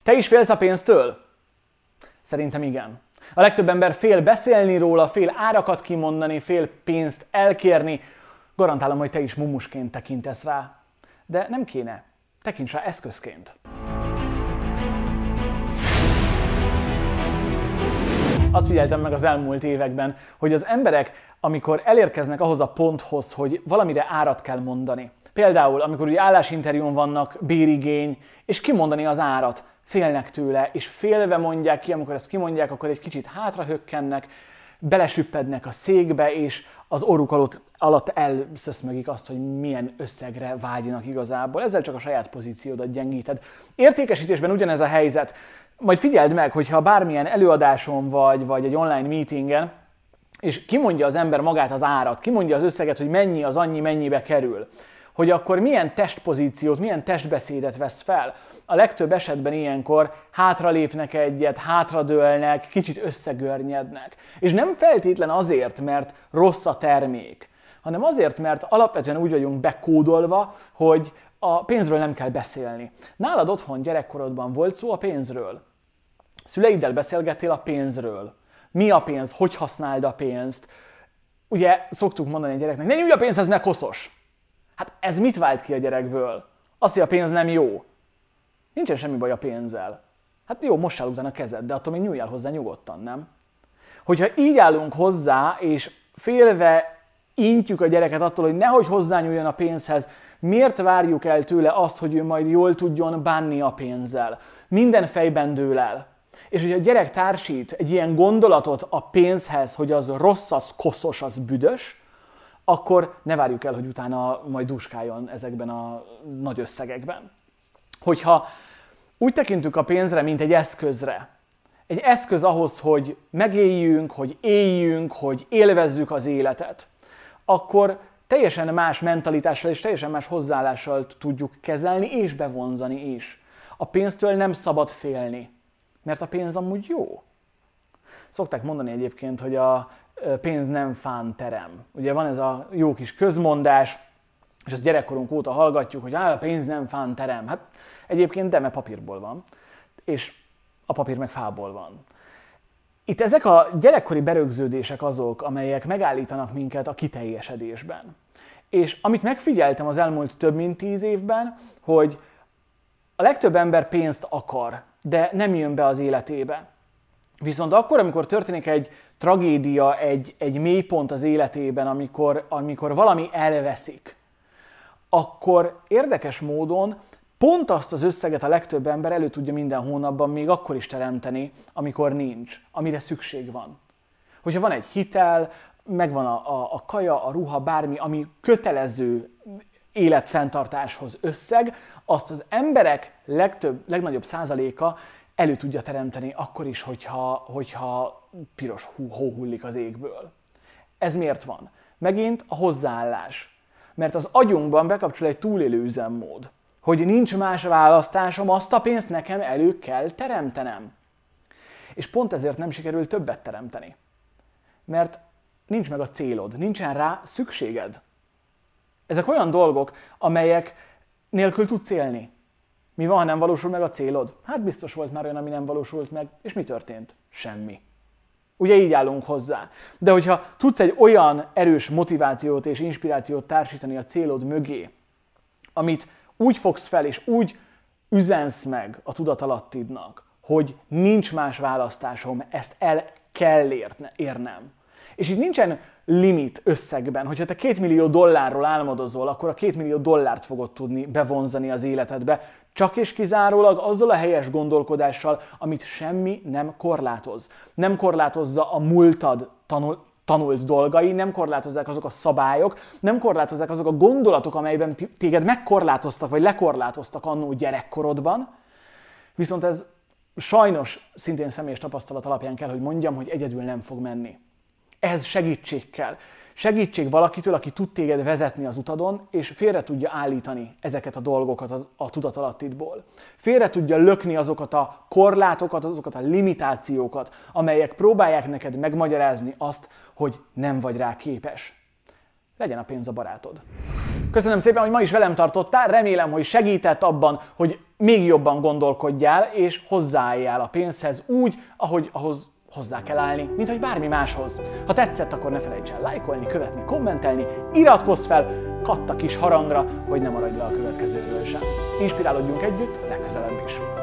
Te is félsz a pénztől? Szerintem igen. A legtöbb ember fél beszélni róla, fél árakat kimondani, fél pénzt elkérni. Garantálom, hogy te is mumusként tekintesz rá. De nem kéne. Tekints rá eszközként. Azt figyeltem meg az elmúlt években, hogy az emberek, amikor elérkeznek ahhoz a ponthoz, hogy valamire árat kell mondani. Például, amikor ugye állásinterjún vannak, bérigény, és kimondani az árat, félnek tőle, és félve mondják ki, amikor ezt kimondják, akkor egy kicsit hátrahökkennek, belesüppednek a székbe, és az orruk alatt elszöszmögik azt, hogy milyen összegre vágynak igazából. Ezzel csak a saját pozíciódat gyengíted. Értékesítésben ugyanez a helyzet. Majd figyeld meg, hogyha bármilyen előadáson vagy egy online meetingen, és kimondja az ember magát az árat, kimondja az összeget, hogy mennyi az annyi, mennyibe kerül, hogy akkor milyen testpozíciót, milyen testbeszédet vesz fel. A legtöbb esetben ilyenkor hátralépnek egyet, hátradőlnek, kicsit összegörnyednek. És nem feltétlen azért, mert rossz a termék, hanem azért, mert alapvetően úgy vagyunk bekódolva, hogy a pénzről nem kell beszélni. Nálad otthon gyerekkorodban volt szó a pénzről? Szüleiddel beszélgettél a pénzről? Mi a pénz? Hogy használd a pénzt? Ugye szoktuk mondani a gyereknek, ne nyújj a pénzhez, mert koszos. Hát ez mit vált ki a gyerekből? Az, hogy a pénz nem jó. Nincsen semmi baj a pénzzel. Hát jó, mossál utána a kezed, de attól még nyúljál hozzá nyugodtan, nem? Hogyha így állunk hozzá, és félve intjük a gyereket attól, hogy nehogy hozzányúljon a pénzhez, miért várjuk el tőle azt, hogy ő majd jól tudjon bánni a pénzzel? Minden fejben dől el. És hogyha a gyerek társít egy ilyen gondolatot a pénzhez, hogy az rossz, az koszos, az büdös, akkor ne várjuk el, hogy utána majd dúskáljon ezekben a nagy összegekben. Hogyha úgy tekintünk a pénzre, mint egy eszközre, egy eszköz ahhoz, hogy megéljünk, hogy éljünk, hogy élvezzük az életet, akkor teljesen más mentalitással és teljesen más hozzáállással tudjuk kezelni és bevonzani is. A pénztől nem szabad félni, mert a pénz amúgy jó. Szokták mondani egyébként, hogy a pénz nem fán terem. Ugye van ez a jó kis közmondás, és ezt gyerekkorunk óta hallgatjuk, hogy a pénz nem fán terem. Hát egyébként de, mert papírból van, és a papír meg fából van. Itt ezek a gyerekkori berögződések azok, amelyek megállítanak minket a kiteljesedésben. És amit megfigyeltem az elmúlt több mint 10 évben, hogy a legtöbb ember pénzt akar, de nem jön be az életébe. Viszont akkor, amikor történik egy tragédia, egy mélypont az életében, amikor valami elveszik, akkor érdekes módon pont azt az összeget a legtöbb ember elő tudja minden hónapban még akkor is teremteni, amikor nincs, amire szükség van. Hogyha van egy hitel, megvan a kaja, a ruha, bármi, ami kötelező életfenntartáshoz összeg, azt az emberek legnagyobb százaléka elő tudja teremteni akkor is, hogyha piros hó hullik az égből. Ez miért van? Megint a hozzáállás. Mert az agyunkban bekapcsol egy túlélő üzemmód, hogy nincs más választásom, azt a pénzt nekem elő kell teremtenem. És pont ezért nem sikerül többet teremteni. Mert nincs meg a célod, nincsen rá szükséged. Ezek olyan dolgok, amelyek nélkül tudsz élni. Mi van, ha nem valósul meg a célod? Hát biztos volt már olyan, ami nem valósult meg. És mi történt? Semmi. Ugye így állunk hozzá. De hogyha tudsz egy olyan erős motivációt és inspirációt társítani a célod mögé, amit úgy fogsz fel és úgy üzensz meg a tudatalattidnak, hogy nincs más választásom, ezt el kell érnem. És itt nincsen limit összegben. Hogyha te $2 millió álmodozol, akkor a $2 millió fogod tudni bevonzani az életedbe, csak és kizárólag azzal a helyes gondolkodással, amit semmi nem korlátoz. Nem korlátozza a múltad tanult dolgai, nem korlátozzák azok a szabályok, nem korlátozzák azok a gondolatok, amelyben téged megkorlátoztak, vagy lekorlátoztak annó gyerekkorodban. Viszont ez sajnos szintén személyes tapasztalat alapján kell, hogy mondjam, hogy egyedül nem fog menni. Ehhez segítség kell. Segítség valakitől, aki tud téged vezetni az utadon, és félre tudja állítani ezeket a dolgokat a tudatalattidból. Félre tudja lökni azokat a korlátokat, azokat a limitációkat, amelyek próbálják neked megmagyarázni azt, hogy nem vagy rá képes. legyen a pénz a barátod. Köszönöm szépen, hogy ma is velem tartottál, remélem, hogy segített abban, hogy még jobban gondolkodjál és hozzáálljál a pénzhez úgy, ahogy ahhoz hozzá kell állni, mint hogy bármi máshoz. Ha tetszett, akkor ne felejts el lájkolni, követni, kommentelni, iratkozz fel, kadd a kis harangra, hogy ne maradj le a következőről sem. Inspirálódjunk együtt legközelebb is.